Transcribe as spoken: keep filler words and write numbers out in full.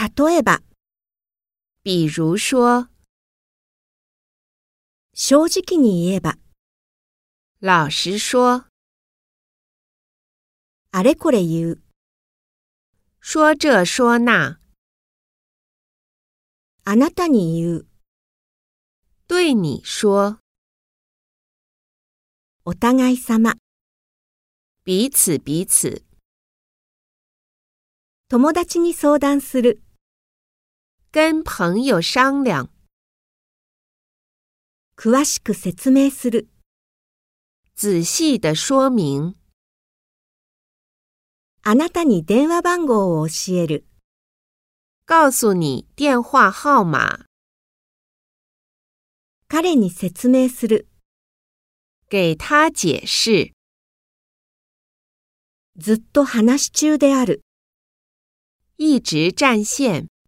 例えば、 比如说， 正直に言えば、 老实说， あれこれ言う、 说这说那， あなたに言う、 对你说， お互い様、 彼此彼此， 友達に相談する、 跟朋友商量， 詳しく説明する、 仔细的说明， あなたに電話番号を教える、 告诉你电话号码， 彼に説明する、 给他解释， ずっと話し中である。 一直占线。